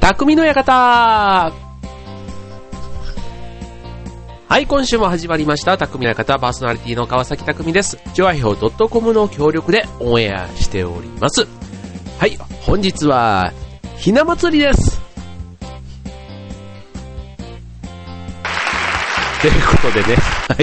匠の館。はい、今週も始まりました匠の館、パーソナリティの川崎匠です。ジョアヒョウ .com の協力でオンエアしております。はい、本日はひな祭りです。ということでね、はい、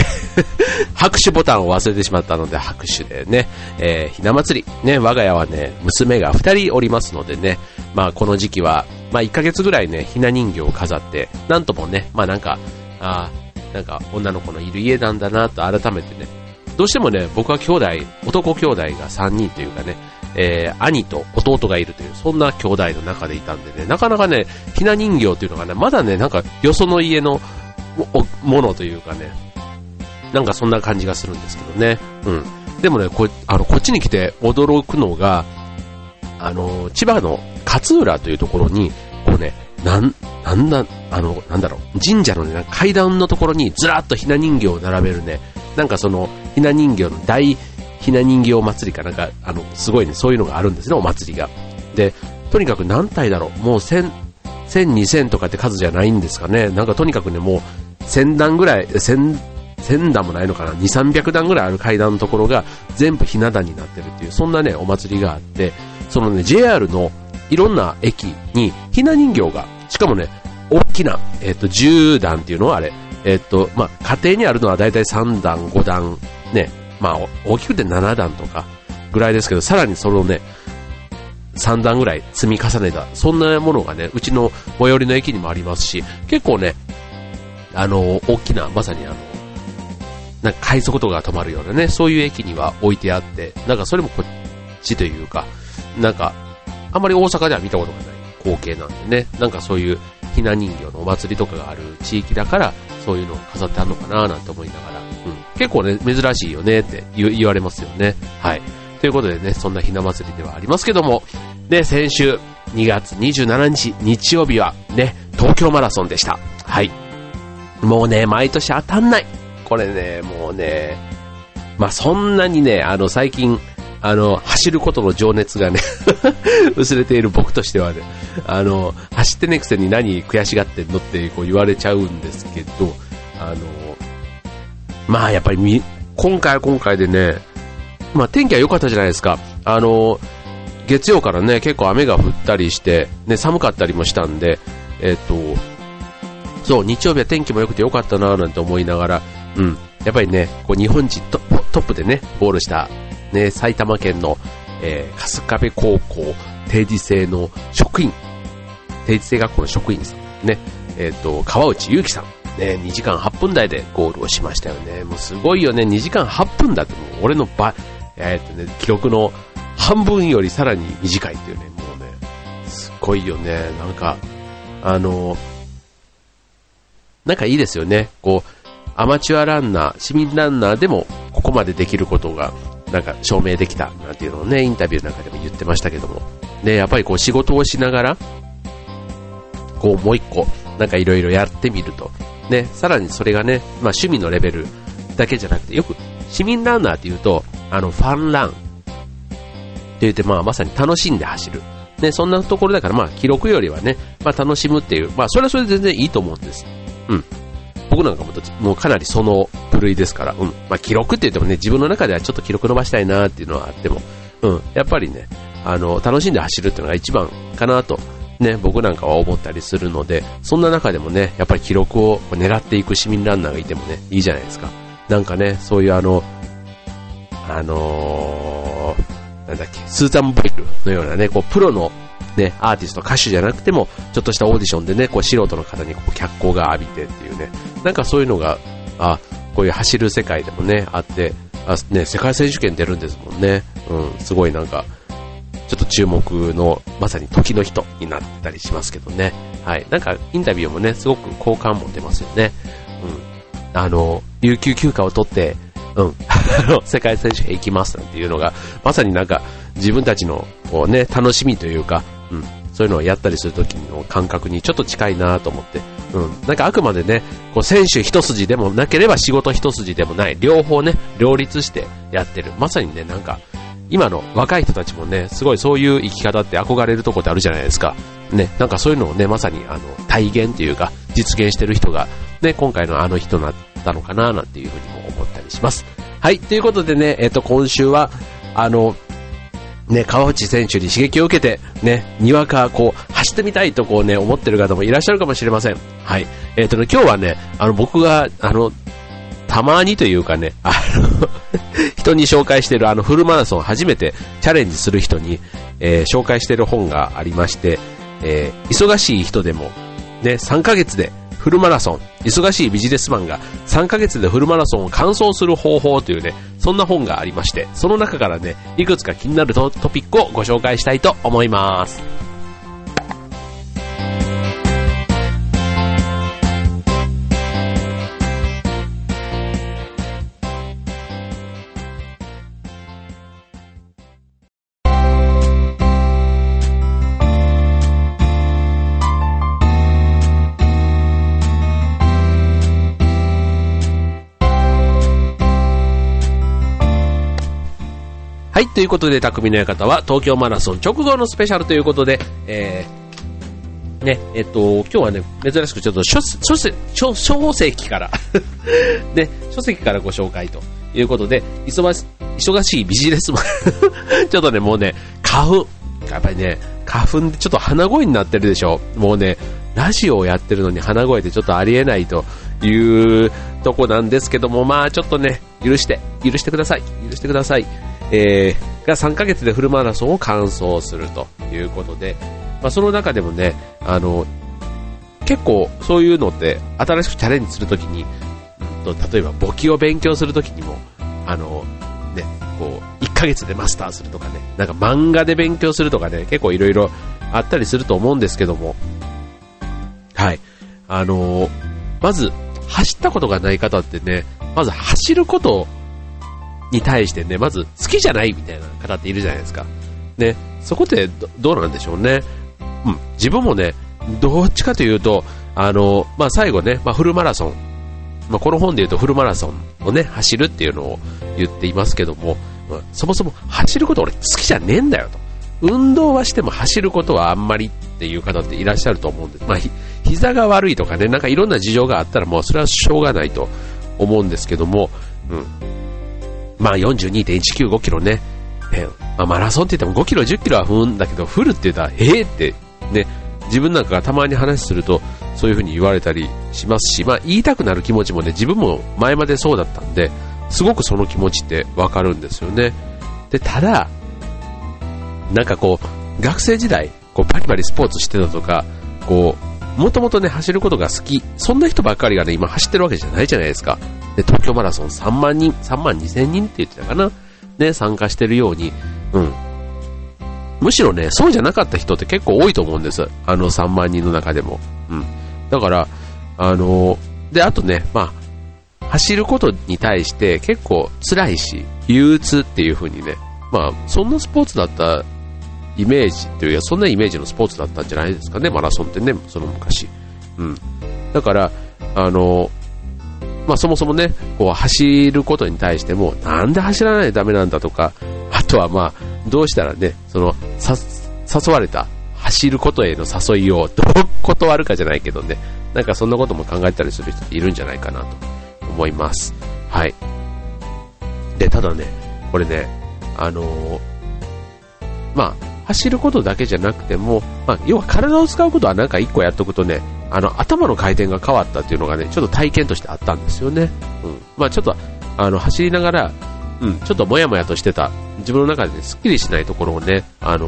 拍手ボタンを忘れてしまったので拍手でね、ひな祭り、ね、我が家はね、娘が2人おりますのでね、まあこの時期は、まあ1ヶ月ぐらいね、ひな人形を飾って、なんともね、まあなんか女の子のいる家なんだなと改めてね、どうしてもね、僕は男兄弟が3人というかね、兄と弟がいるという、そんな兄弟の中でいたんでね、なかなかね、ひな人形というのがね、まだね、なんかよその家のものというかね、なんかそんな感じがするんですけどね。うん。でもね、こっちに来て驚くのが、千葉の勝浦というところに、こうね、なんだろう、神社のね、階段のところにずらっとひな人形を並べるね、なんかその、ひな人形の大ひな人形祭りかなんか、すごいね、そういうのがあるんですね、お祭りが。で、とにかく何体だろう、もう1000、2000とかって数じゃないんですかね。なんかとにかくね、もう1000段ぐらい、1000段もないのかな、2、300段ぐらいある階段のところが全部ひな壇になってるっていう、そんなね、お祭りがあって、そのね、JR のいろんな駅にひな人形が、しかもね、大きな、10段っていうのはあれ、まあ、家庭にあるのはだいたい3段、5段、ね、まあ、大きくて7段とかぐらいですけど、さらにそのね、3段ぐらい積み重ねた、そんなものがね、うちの最寄りの駅にもありますし、結構ね、大きな、まさになんか快速とかが止まるようなね、そういう駅には置いてあって、なんかそれもこっちというか、なんか、あんまり大阪では見たことがない光景なんでね、なんかそういうひな人形のお祭りとかがある地域だから、そういうのを飾ってあるのかななんて思いながら、うん、結構ね、珍しいよねって言われますよね。はい。ということでね、そんなひな祭りではありますけども、で、先週2月27日日曜日はね、東京マラソンでした。はい。もうね、毎年当たんない。これね、もうね、まあ、そんなにね、最近、走ることの情熱がね、薄れている僕としてはね、走ってねくせに何悔しがってんのってこう言われちゃうんですけど、まあ、やっぱり今回でね、まあ、天気は良かったじゃないですか。月曜からね、結構雨が降ったりして、ね、寒かったりもしたんで、そう、日曜日は天気も良くて良かったなぁなんて思いながら、うん、やっぱりね、こう日本人トップでね、ゴールした、ね、埼玉県の、春日部高校定時制の定時制学校の職員さん、ね、川内優輝さん、ね、2時間8分台でゴールをしましたよね。もうすごいよね、2時間8分だってもう俺の記録の半分よりさらに短いっていうね、もうね、すごいよね、なんか、なんかいいですよね。こう、アマチュアランナー、市民ランナーでもここまでできることが、なんか証明できたなんていうのをね、インタビューなんかでも言ってましたけども。ね、やっぱりこう仕事をしながら、こうもう一個、なんかいろいろやってみると。ね、さらにそれがね、まあ趣味のレベルだけじゃなくて、よく市民ランナーって言うと、ファンランって言って、まあまさに楽しんで走る。ね、そんなところだから、まあ記録よりはね、まあ楽しむっていう、まあそれはそれで全然いいと思うんです。うん。僕なんかもうかなりその部類ですから、うん。まあ記録って言ってもね、自分の中ではちょっと記録伸ばしたいなっていうのはあっても、うん。やっぱりね、楽しんで走るっていうのが一番かなと、ね、僕なんかは思ったりするので、そんな中でもね、やっぱり記録を狙っていく市民ランナーがいてもね、いいじゃないですか。なんかね、そういうなんだっけ、スーザン・ボイルのようなね、こうプロのね、アーティスト、歌手じゃなくても、ちょっとしたオーディションでね、こう素人の方にこう脚光が浴びてっていうね、なんかそういうのが、こういう走る世界でもね、あって、ね、世界選手権出るんですもんね。うん、すごいなんか、ちょっと注目の、まさに時の人になったりしますけどね。はい。なんか、インタビューもね、すごく好感持てますよね。うん。有給休暇を取って、うん。世界選手権行きますなんていうのが、まさになんか、自分たちの、こうね、楽しみというか、うん。そういうのをやったりするときの感覚にちょっと近いなと思って。うん。なんかあくまでね、こう選手一筋でもなければ仕事一筋でもない、両方ね、両立してやってる。まさにね、なんか、今の若い人たちもね、すごいそういう生き方って憧れるとこってあるじゃないですか。 ね、なんかそういうのをね、まさに体現というか、実現してる人が、ね、今回のあの人だったのかな、なんていうふうにも思ったりします。はい、ということでね、今週は、ね、川内選手に刺激を受けて、ね、にわかこう、走ってみたいとこうね、思ってる方もいらっしゃるかもしれません。はい。今日はね、僕が、たまにというかね、人に紹介しているフルマラソン初めてチャレンジする人に、紹介している本がありまして、忙しい人でも、ね、3ヶ月でフルマラソン、忙しいビジネスマンが3ヶ月でフルマラソンを完走する方法というね、そんな本がありまして、その中からね、いくつか気になるトピックをご紹介したいと思います。はい、ということで、匠の館は東京マラソン直後のスペシャルということで、ね、今日はね、珍しくちょっと書籍から、ね、書籍からご紹介ということで、忙しいビジネスマン、ちょっとね、もうね、やっぱりね、花粉でちょっと鼻声になってるでしょ。もうね、ラジオをやってるのに鼻声ってちょっとありえないというとこなんですけども、まあちょっとね、許してください。が3ヶ月でフルマラソンを完走するということで、まあ、その中でもね、結構そういうのって新しくチャレンジするときに、例えば簿記を勉強するときにも、ね、こう、1ヶ月でマスターするとかね、なんか漫画で勉強するとかね、結構いろいろあったりすると思うんですけども、はい。まず、走ったことがない方ってね、まず走ることに対してね、まず好きじゃないみたいな方っているじゃないですか。ね、そこってどうなんでしょうね。うん、自分もね、どっちかというと、まあ、最後ね、まあ、フルマラソン、まあ、この本で言うとフルマラソンをね、走るっていうのを言っていますけども、まあ、そもそも走ること俺好きじゃねえんだよと。運動はしても走ることはあんまりっていう方っていらっしゃると思うんです。まあ、膝が悪いとかね、なんかいろんな事情があったらもうそれはしょうがないと思うんですけども、うん。まあ 42.195 キロね、まあ、マラソンって言っても5キロ10キロは踏んだけどフルって言ったらってね、自分なんかがたまに話するとそういう風に言われたりしますし、まあ言いたくなる気持ちもね、自分も前までそうだったんで、すごくその気持ちってわかるんですよね。で、ただなんかこう学生時代こうバリバリスポーツしてたとか、こうもともとね走ることが好き、そんな人ばっかりがね今走ってるわけじゃないじゃないですか。で、東京マラソン3万2000人って言ってたかな、ね、参加してるように、うん。むしろね、そうじゃなかった人って結構多いと思うんです。3万人の中でも。うん。だから、で、あとね、まあ、走ることに対して結構辛いし、憂鬱っていう風にね、まあ、そんなスポーツだったイメージっていうか、そんなイメージのスポーツだったんじゃないですかね、マラソンってね、その昔。うん。だから、まあそもそもね、こう走ることに対しても、なんで走らないとダメなんだとか、あとはまあ、どうしたらね、誘われた走ることへの誘いをどう断るかじゃないけどね、なんかそんなことも考えたりする人っているんじゃないかなと思います。はい。で、ただね、これね、まあ、走ることだけじゃなくても、まあ、要は体を使うことはなんか一個やっとくとね、頭の回転が変わったっていうのがね、ちょっと体験としてあったんですよね。うん。まあちょっと、走りながら、うん、ちょっともやもやとしてた、自分の中でね、スッキリしないところをね、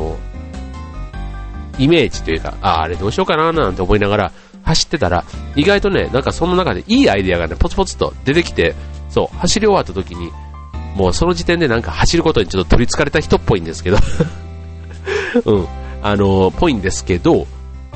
イメージというか、あれどうしようかななんて思いながら走ってたら、意外とね、なんかその中でいいアイデアがね、ポツポツと出てきて、そう、走り終わった時に、もうその時点でなんか走ることにちょっと取り憑かれた人っぽいんですけど、うん、ぽいんですけど、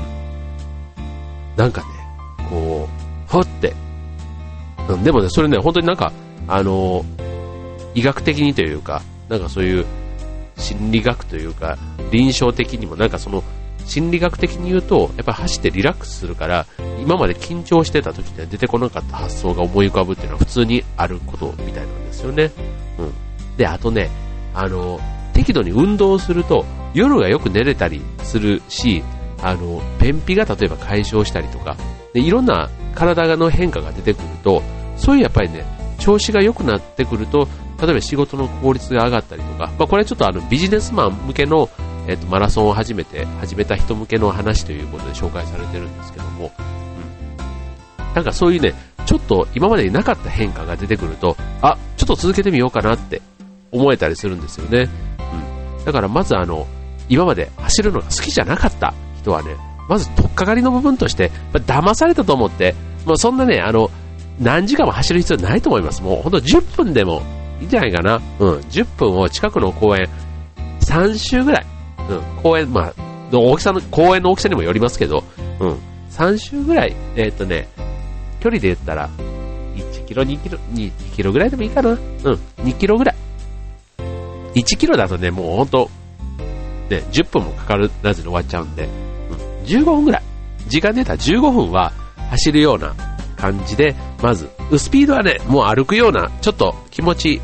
なんかね、こう、ほって、うん、でもね、それね、本当になんか、医学的にというか、なんかそういう心理学というか、臨床的にもなんかその、心理学的に言うと、やっぱり走ってリラックスするから、今まで緊張してた時には出てこなかった発想が思い浮かぶっていうのは普通にあることみたいなんですよね。うん。で、あとね、適度に運動をすると、夜がよく寝れたりするし、 便秘が例えば解消したりとか、でいろんな体の変化が出てくると、そういうやっぱりね、調子が良くなってくると、例えば仕事の効率が上がったりとか、これちょっとビジネスマン向けの、マラソンを始めた人向けの話ということで紹介されてるんですけども、なんかそういうね、ちょっと今までになかった変化が出てくると、ちょっと続けてみようかなって思えたりするんですよね。だからまず今まで走るのが好きじゃなかった人はね、まず取っかかりの部分として、騙されたと思って、もうそんなね、何時間も走る必要ないと思います。もうほんと10分でもいいんじゃないかな。10分を近くの公園、3周ぐらい。公園、大きさの、公園の大きさにもよりますけど、3周ぐらい、距離で言ったら、1キロ、2キロ、2キロぐらいでもいいかな。2キロぐらい。1キロだとね、もうほんと、ね、10分もかからずに終わっちゃうんで、15分ぐらい。時間で言ったら15分は走るような感じで、まず、スピードはね、もう歩くような、ちょっと気持ち、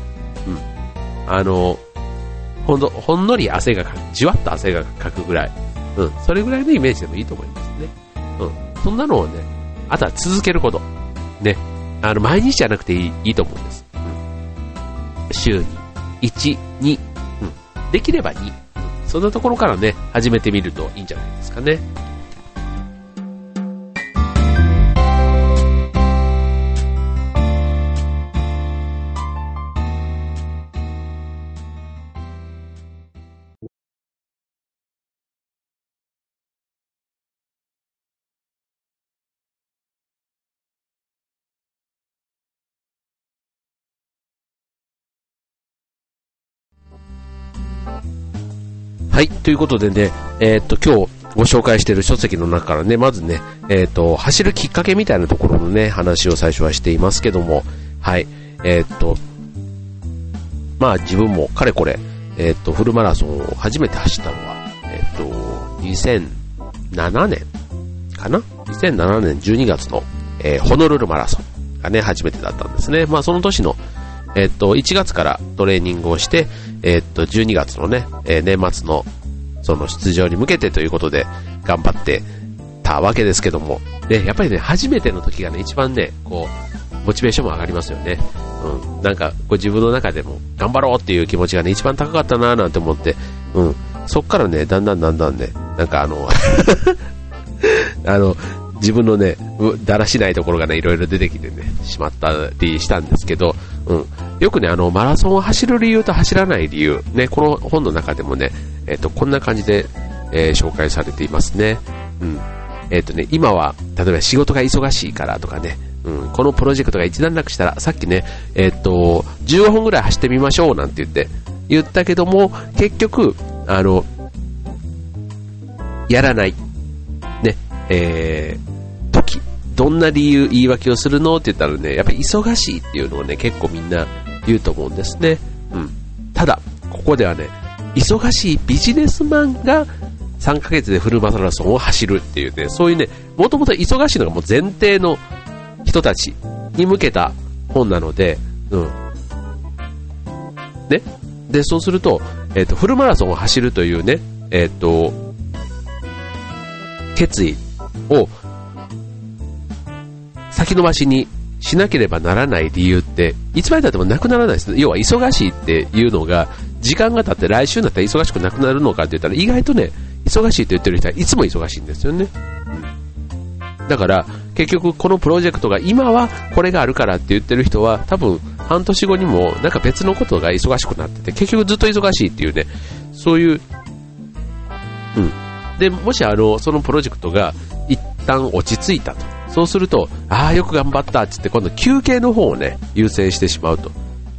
ほんのり汗がかく、じわっと汗がかくぐらい、それぐらいのイメージでもいいと思いますね。そんなのをね、あとは続けること。ね。毎日じゃなくていいと思うんです。週に1、2、できれば2。そんなところからね、始めてみるといいんじゃないですかね。はい、ということでね、今日ご紹介している書籍の中からね、まずね、走るきっかけみたいなところのね、話を最初はしていますけども、はい、自分もかれこれ、フルマラソンを初めて走ったのは、2007年かな ?2007 年12月の、ホノルルマラソンがね、初めてだったんですね。その年の1月からトレーニングをして、12月のね、年末のその出場に向けてということで頑張ってたわけですけども、ね、やっぱりね、初めての時がね、一番ね、こう、モチベーションも上がりますよね。なんか、自分の中でも頑張ろうっていう気持ちがね、一番高かったなーなんて思って、そっからね、だんだんね、なんか自分のね、だらしないところがね、いろいろ出てきてね、しまったりしたんですけど、よくね、マラソンを走る理由と走らない理由、ね、この本の中でもね、こんな感じで、紹介されていますね。今は、例えば仕事が忙しいからとかね、このプロジェクトが一段落したら、さっきね、15本ぐらい走ってみましょうなんて言ったけども、結局、やらない。ね、どんな理由、言い訳をするのって言ったらね、やっぱり忙しいっていうのをね、結構みんな言うと思うんですね。ただ、ここではね、忙しいビジネスマンが3ヶ月でフルマラソンを走るっていうね、そういうね、もともと忙しいのがもう前提の人たちに向けた本なので、ね。で、そうすると、フルマラソンを走るというね、決意を先延ばしにしなければならない理由っていつまでたってもなくならないです。要は忙しいっていうのが時間が経って来週になったら忙しくなくなるのかって言ったら意外とね、忙しいと言ってる人はいつも忙しいんですよね。だから結局このプロジェクトが今はこれがあるからって言ってる人は多分半年後にもなんか別のことが忙しくなってて結局ずっと忙しいっていうね、そういうで、もしそのプロジェクトが一旦落ち着いたと。そうすると、よく頑張ったって言って今度休憩の方をね、優先してしまうと。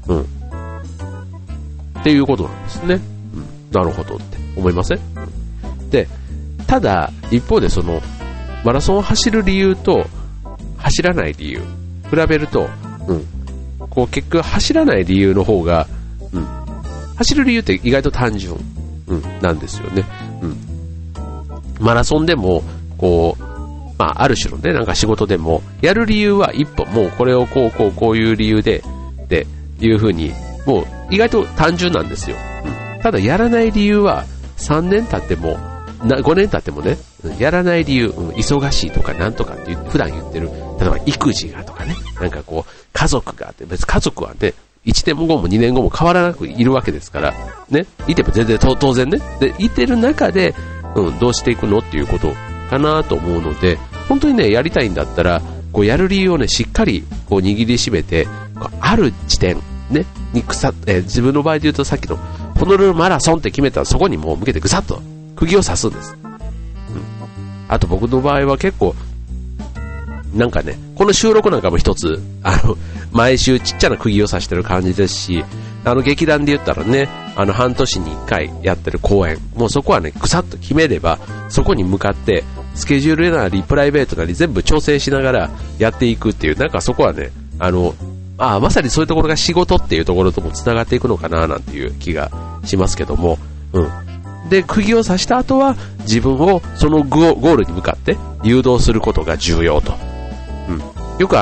っていうことなんですね。なるほどって思いません？で、ただ、一方でその、マラソンを走る理由と、走らない理由、比べると、こう結局走らない理由の方が、走る理由って意外と単純、なんですよね。マラソンでも、こう、ある種のね、なんか仕事でも、やる理由は一本、もうこれをこういう理由で、っていう風に、もう意外と単純なんですよ。ただやらない理由は、3年経っても、 5年経ってもね、やらない理由、忙しいとかなんとかって普段言ってる、例えば育児がとかね、なんかこう、家族がって、別に家族はね、1年後も2年後も変わらなくいるわけですから、ね、いても全然当然ね、で、いてる中で、どうしていくのっていうことかなと思うので、本当にね、やりたいんだったら、こうやる理由をね、しっかりこう握りしめて、ある地点、ね、に自分の場合で言うとさっきのホノルルマラソンって決めたらそこにもう向けてぐさっと釘を刺すんです。あと僕の場合は結構、なんかね、この収録なんかも一つ、毎週ちっちゃな釘を刺してる感じですし、劇団で言ったらね、半年に1回やってる公演、もうそこはね、ぐさっと決めれば、そこに向かって、スケジュールなり、プライベートなり、全部調整しながらやっていくっていう、なんかそこはね、まさにそういうところが仕事っていうところとも繋がっていくのかな、なんていう気がしますけども、で、釘を刺した後は、自分をそのゴールに向かって誘導することが重要と。よく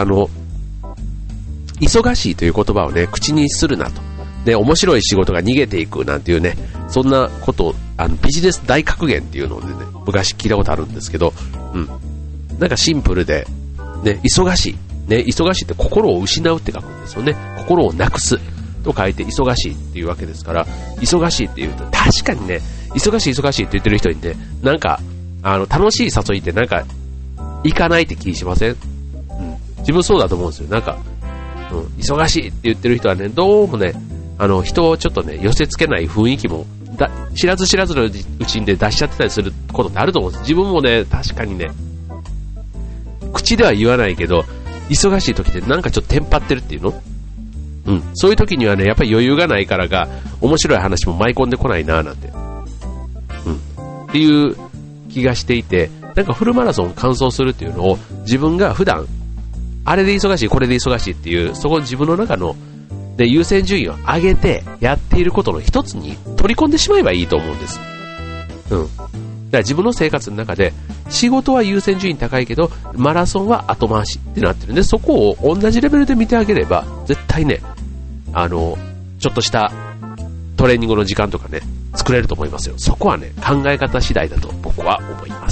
忙しいという言葉をね、口にするなと。で、面白い仕事が逃げていくなんていうね、そんなことを、ビジネス大格言っていうのでね、昔聞いたことあるんですけど、なんかシンプルで、ね、忙しい。ね、忙しいって心を失うって書くんですよね。心をなくすと書いて忙しいっていうわけですから、忙しいって言うと、確かにね、忙しいって言ってる人にね、なんか、楽しい誘いってなんか、行かないって気しません？自分そうだと思うんですよ。なんか、忙しいって言ってる人はね、どうもね、人をちょっとね、寄せ付けない雰囲気も、知らず知らずのうちにね、出しちゃってたりすることってあると思うんです。自分もね、確かにね、口では言わないけど、忙しい時ってなんかちょっとテンパってるっていうの？そういう時にはね、やっぱり余裕がないからが、面白い話も舞い込んでこないなぁなんて。っていう気がしていて、なんかフルマラソン完走するっていうのを、自分が普段、あれで忙しい、これで忙しいっていう、そこ自分の中の、で、優先順位を上げて、やっていることの一つに取り込んでしまえばいいと思うんです。だから自分の生活の中で、仕事は優先順位高いけど、マラソンは後回しってなってるんで、そこを同じレベルで見てあげれば、絶対ね、ちょっとしたトレーニングの時間とかね、作れると思いますよ。そこはね、考え方次第だと僕は思います。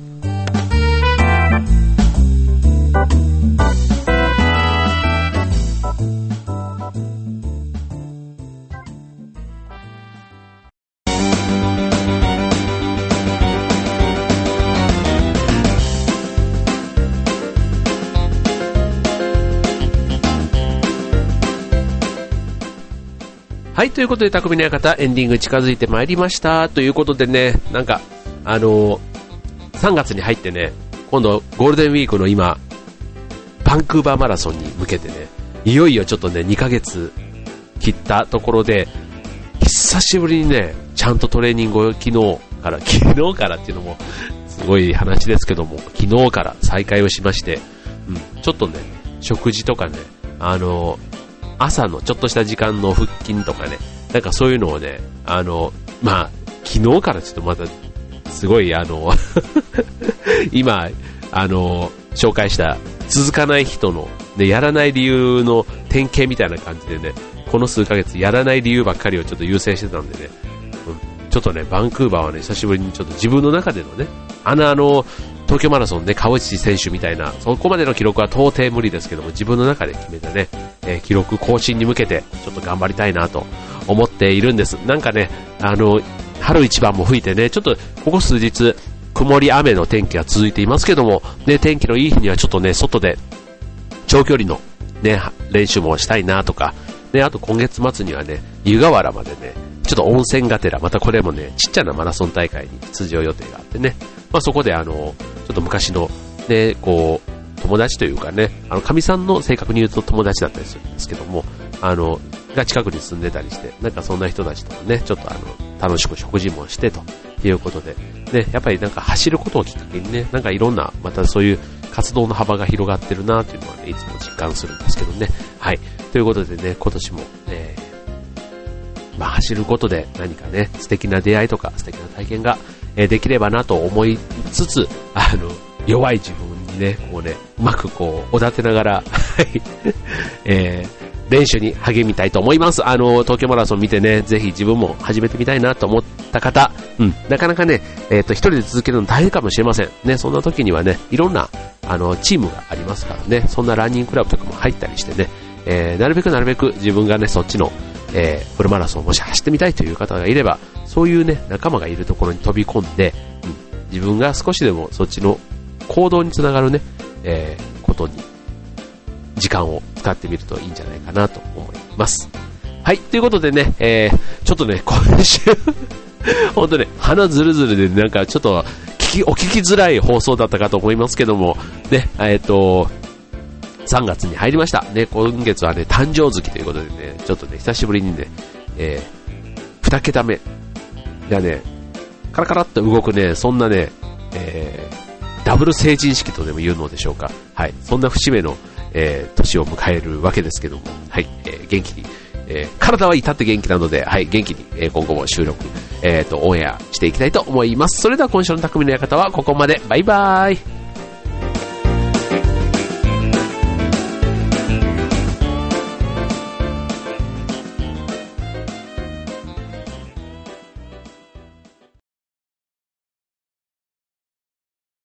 はい、ということで、匠の館、エンディング近づいてまいりました。ということでね、なんか、3月に入ってね、今度、ゴールデンウィークの今、バンクーバーマラソンに向けてね、いよいよちょっとね、2ヶ月切ったところで、久しぶりにね、ちゃんとトレーニングを昨日からっていうのも、すごい話ですけども、昨日から再開をしまして、ちょっとね、食事とかね、朝のちょっとした時間の腹筋とかね、なんかそういうのをね、昨日からちょっとまた、すごい今、紹介した続かない人の、ね、やらない理由の典型みたいな感じでね、この数ヶ月やらない理由ばっかりをちょっと優先してたんでね、ちょっとね、バンクーバーはね、久しぶりにちょっと自分の中でのね、東京マラソンね、川内選手みたいな、そこまでの記録は到底無理ですけども、自分の中で決めたね、記録更新に向けて、ちょっと頑張りたいなと思っているんです。なんかね、春一番も吹いてね、ちょっとここ数日、曇り雨の天気が続いていますけども、ね、天気のいい日にはちょっとね、外で、長距離のね、練習もしたいなとか、ね、あと今月末にはね、湯河原までね、ちょっと温泉がてら、またこれもね、ちっちゃなマラソン大会に出場予定があってね、そこでちょっと昔のね、こう、友達というかね、かみさんの正確に言うと友達だったりするんですけども、が近くに住んでたりして、なんかそんな人たちともね、ちょっと楽しく食事もしてということで、ね、やっぱりなんか走ることをきっかけにね、なんかいろんな、またそういう活動の幅が広がってるなというのはね、いつも実感するんですけどね。はい。ということでね、今年も、走ることで何かね、素敵な出会いとか素敵な体験が、できればなと思いつつ、弱い自分にね、こうね、うまくこう、おだてながら、 練習に励みたいと思います。東京マラソン見てね、ぜひ自分も始めてみたいなと思った方、なかなかね、一人で続けるの大変かもしれません。ね、そんな時にはね、いろんな、チームがありますからね、そんなランニングクラブとかも入ったりしてね、なるべく自分がね、そっちの、フルマラソンをもし走ってみたいという方がいれば、そういうね、仲間がいるところに飛び込んで、自分が少しでもそっちの行動につながるね、ことに、時間を使ってみるといいんじゃないかなと思います。はい、ということでね、ちょっとね、今週、ほんとね、鼻ずるずるでなんかちょっとお聞きづらい放送だったかと思いますけども、ね、3月に入りました。ね、今月はね、誕生月ということでね、ちょっとね、久しぶりにね、2桁目がね、カラカラっと動くね、そんなね、ダブル成人式とでも言うのでしょうか。はい、そんな節目の年を迎えるわけですけども、はい、元気に、体は至って元気なので、はい、元気に、今後も収録、オンエアしていきたいと思います。それでは今週の匠の館はここまで。バイバーイ。